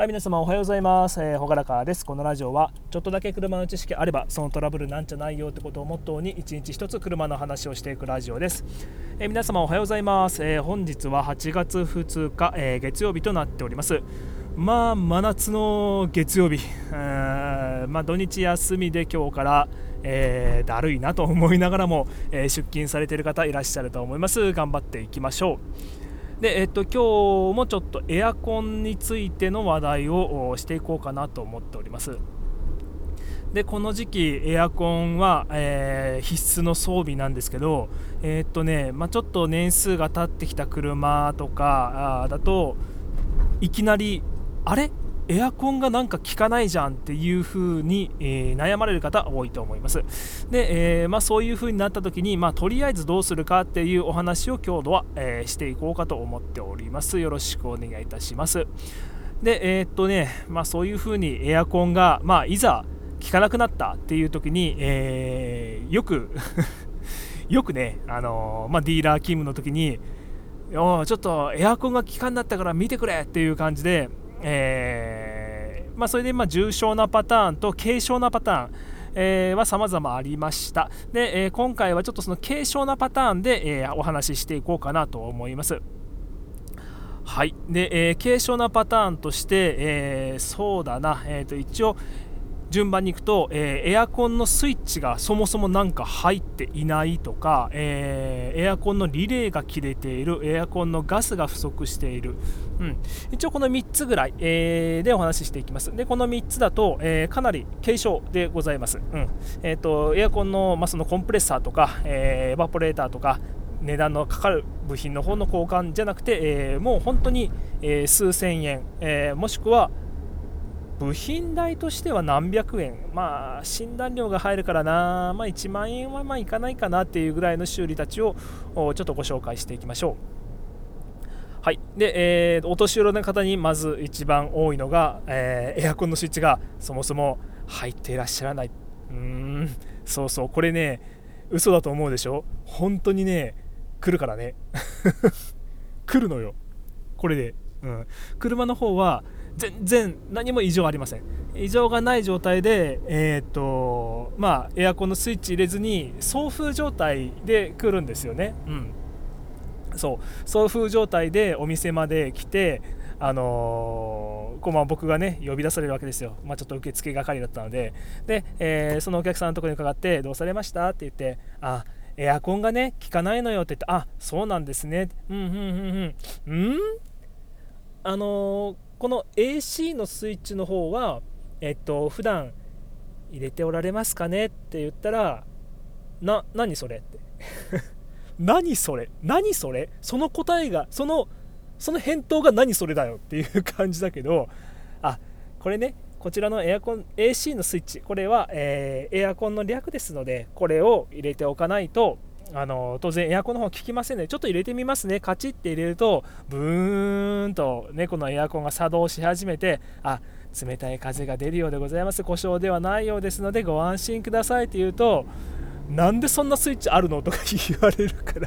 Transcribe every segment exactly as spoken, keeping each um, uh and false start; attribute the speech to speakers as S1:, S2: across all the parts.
S1: はい、皆様おはようございます。えー、ほがらかです。このラジオはちょっとだけ車の知識あればそのトラブルなんじゃないよってことをモットーに一日一つ車の話をしていくラジオです。えー、皆様おはようございます。えー、本日ははちがつふつか、えー、月曜日となっております。まあ真夏の月曜日、えーまあ、土日休みで今日から、えー、だるいなと思いながらも、えー、出勤されている方いらっしゃると思います。頑張っていきましょう。で、えっと、今日もちょっとエアコンについての話題をしていこうかなと思っております。で、この時期エアコンは、えー、必須の装備なんですけど、えーっとねまあ、ちょっと年数が経ってきた車とかだといきなりあれエアコンがなんか効かないじゃんっていう風に、えー、悩まれる方多いと思います。で、えーまあ、そういう風になった時に、まあ、とりあえずどうするかっていうお話を今日は、えー、していこうかと思っております。よろしくお願いいたします。で、えーっとねまあ、そういう風にエアコンが、まあ、いざ効かなくなったっていう時に、えー、よくよくね、あのーまあ、ディーラー勤務の時におちょっとエアコンが効かんなったから見てくれっていう感じで、えーまあ、それでまあ重症なパターンと軽症なパターン、えー、は様々ありました。で、えー、今回はちょっとその軽症なパターンで、えー、お話ししていこうかなと思います。はい。で、えー、軽症なパターンとして、えー、そうだな、えー、と一応順番にいくと、えー、エアコンのスイッチがそもそもなんか入っていないとか、えー、エアコンのリレーが切れている、エアコンのガスが不足している、うん、一応このみっつぐらい、えー、でお話ししていきます。でこのみっつだと、えー、かなり軽症でございます。うんえー、とエアコンの、まあ、そのコンプレッサーとか、えー、エバポレーターとか値段のかかる部品の方の交換じゃなくて、えー、もう本当に、えー、数千円、えー、もしくは部品代としては何百円、まあ診断料が入るからな、まあ、いちまん円はまあいかないかなっていうぐらいの修理たちをちょっとご紹介していきましょう。はい。で、えー、お年寄りの方にまず一番多いのが、えー、エアコンのスイッチがそもそも入っていらっしゃらない。うーんそうそう、これね嘘だと思うでしょ。本当にね来るからね来るのよこれで、うん、車の方は全然何も異常ありません。異常がない状態で、えーっとまあ、エアコンのスイッチ入れずに送風状態で来るんですよね。うん、そう送風状態でお店まで来て、あのーこうまあ僕がね呼び出されるわけですよ。まあ、ちょっと受付係だったので、で、えーそのお客さんのところに伺ってどうされましたって言って、あエアコンがね効かないのよって言って、あそうなんですね、うんうんうんうんうんあのーこの エーシー のスイッチの方は、えっと、普段入れておられますかねって言ったら、な、何それって何それ何それその答えが、その、その返答が何それだよっていう感じだけど、あ、これね、こちらのエアコン エーシー のスイッチ、これは、えーエアコンの略ですので、これを入れておかないと、あの当然エアコンの方効きませんので、ちょっと入れてみますね。カチッて入れるとブーンと、ね、このエアコンが作動し始めて、あ冷たい風が出るようでございます、故障ではないようですのでご安心くださいって言うと、なんでそんなスイッチあるのとか言われるから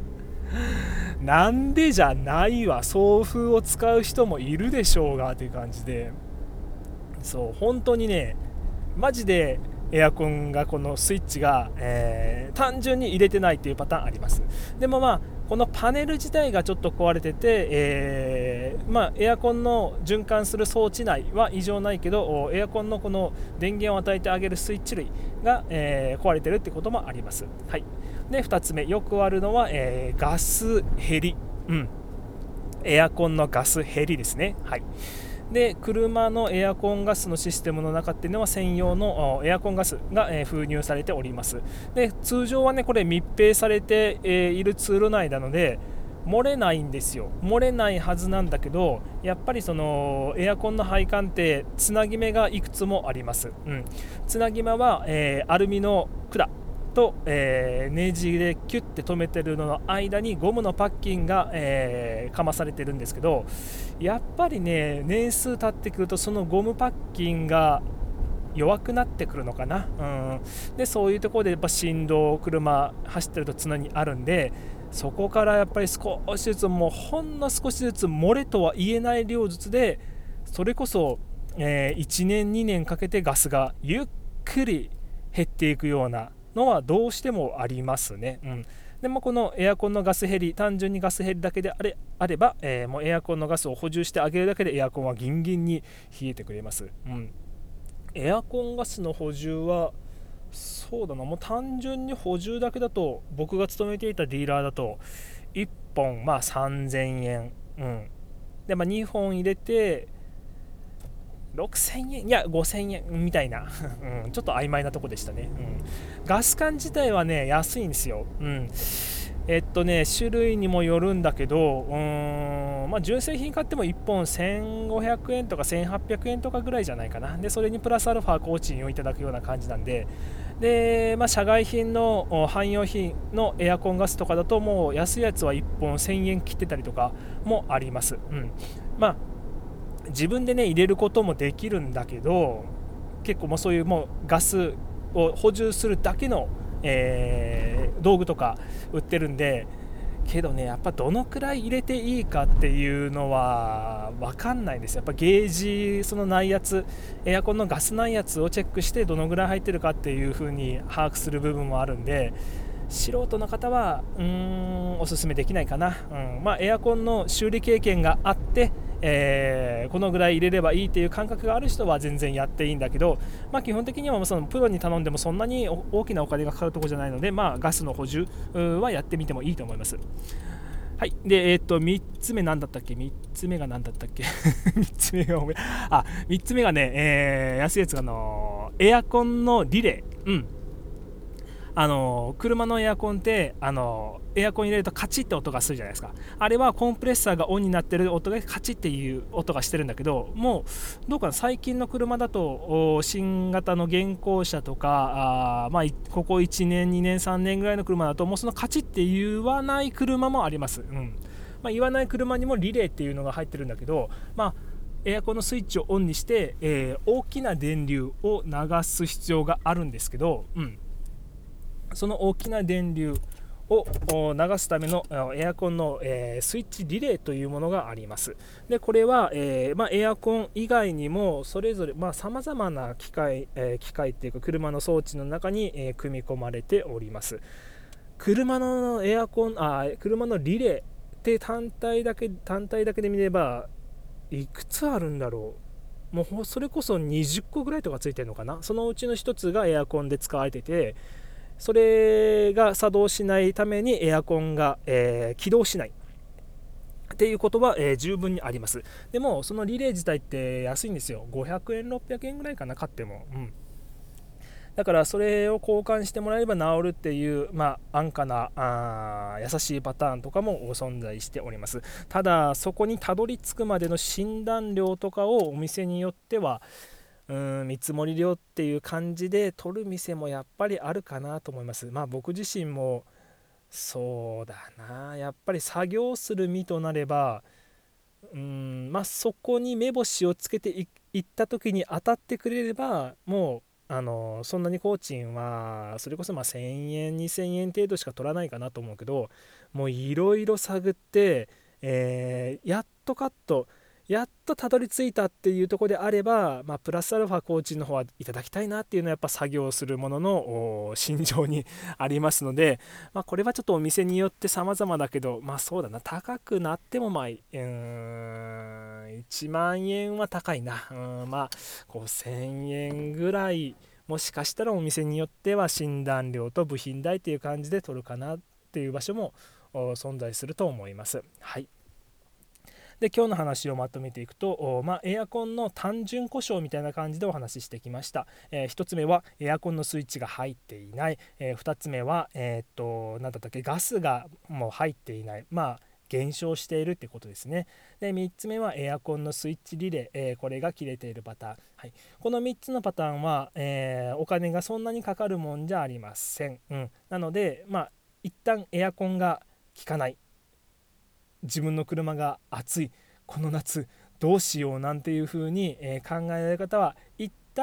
S1: なんでじゃないわ、送風を使う人もいるでしょうがっていう感じで、そう本当にねマジでエアコンがこのスイッチが、えー、単純に入れてないっていうパターンあります。でもまあこのパネル自体がちょっと壊れてて、えーまあ、エアコンの循環する装置内は異常ないけど、エアコンのこの電源を与えてあげるスイッチ類が、えー、壊れてるってこともあります。はい。でふたつめよくあるのは、えー、ガス減り、うん、エアコンのガス減りですね。はい。で車のエアコンガスのシステムの中っていうのは専用のエアコンガスが、えー、封入されております。で通常はねこれ密閉されて、えー、いる通路内なので漏れないんですよ。漏れないはずなんだけど、やっぱりそのエアコンの配管ってつなぎ目がいくつもあります。うん、つなぎ目は、えー、アルミの管と、えー、ネジでキュッて止めてるのの間にゴムのパッキンが、えー、かまされてるんですけど、やっぱりね年数経ってくるとそのゴムパッキンが弱くなってくるのかな、うん、でそういうところでやっぱ振動車走ってると常にあるんで、そこからやっぱり少しずつもうほんの少しずつ漏れとは言えない量ずつでそれこそ、えー、いちねんにねんかけてガスがゆっくり減っていくようなのはどうしてもありますね。うん、でもこのエアコンのガス減り、単純にガス減りだけであれあれば、えー、もうエアコンのガスを補充してあげるだけでエアコンはギンギンに冷えてくれます。うん、エアコンガスの補充はそうだな、もう単純に補充だけだと、僕が勤めていたディーラーだといっぽんまあさんぜんえん、うん、で、まあ、にほん入れてろくせんえん、いやごせんえんみたいな、うん、ちょっと曖昧なとこでしたね。うん、ガス管自体はね安いんですよ。うん、えっとね種類にもよるんだけど、うーん、まあ、純正品買ってもいっぽんせんごひゃくえんとかせんはっぴゃくえんとかぐらいじゃないかな。でそれにプラスアルファ工賃をいただくような感じなんで、で、まあ、社外品の汎用品のエアコンガスとかだともう安いやつはいっぽんせんえん切ってたりとかもあります。うん、まあ自分でね入れることもできるんだけど、結構もうそういうもうガスを補充するだけの、えー道具とか売ってるんで、けどねやっぱどのくらい入れていいかっていうのは分かんないです。やっぱゲージその内圧、エアコンのガス内圧をチェックしてどのぐらい入ってるかっていう風に把握する部分もあるんで、素人の方はうーんおすすめできないかな。うん、まあエアコンの修理経験があって、えーこのぐらい入れればいいっていう感覚がある人は全然やっていいんだけど、まあ、基本的にはそのプロに頼んでもそんなに大きなお金がかかるところじゃないので、まあ、ガスの補充はやってみてもいいと思います。はい。で、えっと、みっつめなんだったっけ ?みっ つ目が何だったっけ ?みっ つ目が、あ、みっつめがね、えー安いやつが、あのーエアコンのリレー。うん。あの車のエアコンってあのエアコン入れるとカチッって音がするじゃないですか。あれはコンプレッサーがオンになってる音がカチッっていう音がしてるんだけど、もうどうかな、最近の車だと新型の現行車とかあ、まあ、ここいちねんにねんさんねんぐらいの車だともうそのカチッって言わない車もあります。うん、まあ、言わない車にもリレーっていうのが入ってるんだけど、まあエアコンのスイッチをオンにして、えー大きな電流を流す必要があるんですけど、うん、その大きな電流を流すためのエアコンの、えースイッチリレーというものがあります。でこれは、えーまあ、エアコン以外にもそれぞれさまざ、まな機械、えー機械っていうか車の装置の中に、えー組み込まれております。車のエアコンあ車のリレーって単体だけ単体だけで見ればいくつあるんだろう。もうそれこそにじゅっこぐらいとかついてるのかな。そのうちのひとつがエアコンで使われてて、それが作動しないためにエアコンが、えー起動しないっていうことは、えー十分にあります。でもそのリレー自体って安いんですよ。ごひゃくえんろっぴゃくえんぐらいかな、買っても。うん、だからそれを交換してもらえれば治るっていう、まあ、安価なあ優しいパターンとかも存在しております。ただそこにたどり着くまでの診断料とかをお店によってはうーん見積もり料っていう感じで取る店もやっぱりあるかなと思います。まあ僕自身もそうだな、やっぱり作業する身となればうーんまあそこに目星をつけていいった時に当たってくれればもうあのそんなに工賃はそれこそまあせんえんにせんえん程度しか取らないかなと思うけど、もういろいろ探って、えーやっとカットやっとたどり着いたっていうところであれば、まあ、プラスアルファ工賃の方はいただきたいなっていうのはやっぱ作業するもののお心情にありますので、まあ、これはちょっとお店によって様々だけど、まあそうだな、高くなってもまあ、うーんいちまん円は高いな、うんまあごせんえんぐらい、もしかしたらお店によっては診断料と部品代っていう感じで取るかなっていう場所もお存在すると思います。はい。で今日の話をまとめていくと、まあ、エアコンの単純故障みたいな感じでお話ししてきました。えー、ひとつめはエアコンのスイッチが入っていない、えー、ふたつめは、えー、っと何だったっけガスがもう入っていない、まあ減少しているってことですね。でみっつめはエアコンのスイッチリレー、えー、これが切れているパターン、はい、このみっつのパターンは、えーお金がそんなにかかるもんじゃありません。うん、なのでまあ一旦エアコンが効かない、自分の車が暑いこの夏どうしようなんていう風に、えー考えられる方は一旦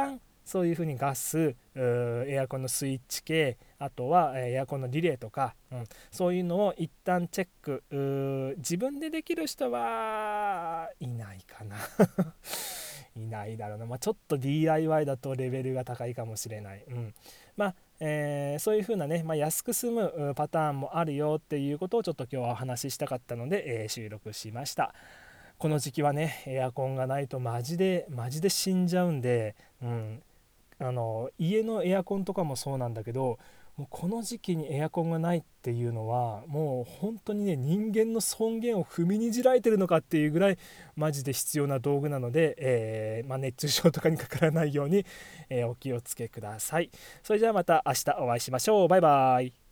S1: そういうふうにガス、エアコンのスイッチ系、あとはエアコンのリレーとか、うん、そういうのを一旦チェック、自分でできる人はいないかないないだろうな、まあ、ちょっと ディーアイワイ だとレベルが高いかもしれない、うん、まあえー、そういう風なね、まあ、安く済むパターンもあるよっていうことをちょっと今日はお話ししたかったので、えー、収録しました。この時期はねエアコンがないとマジでマジで死んじゃうんで、うん、あの家のエアコンとかもそうなんだけど、もうこの時期にエアコンがないっていうのはもう本当にね人間の尊厳を踏みにじられてるのかっていうぐらいマジで必要な道具なので、えーまあ、熱中症とかにかからないように、えーお気をつけください。それじゃあまた明日お会いしましょう。バイバイ。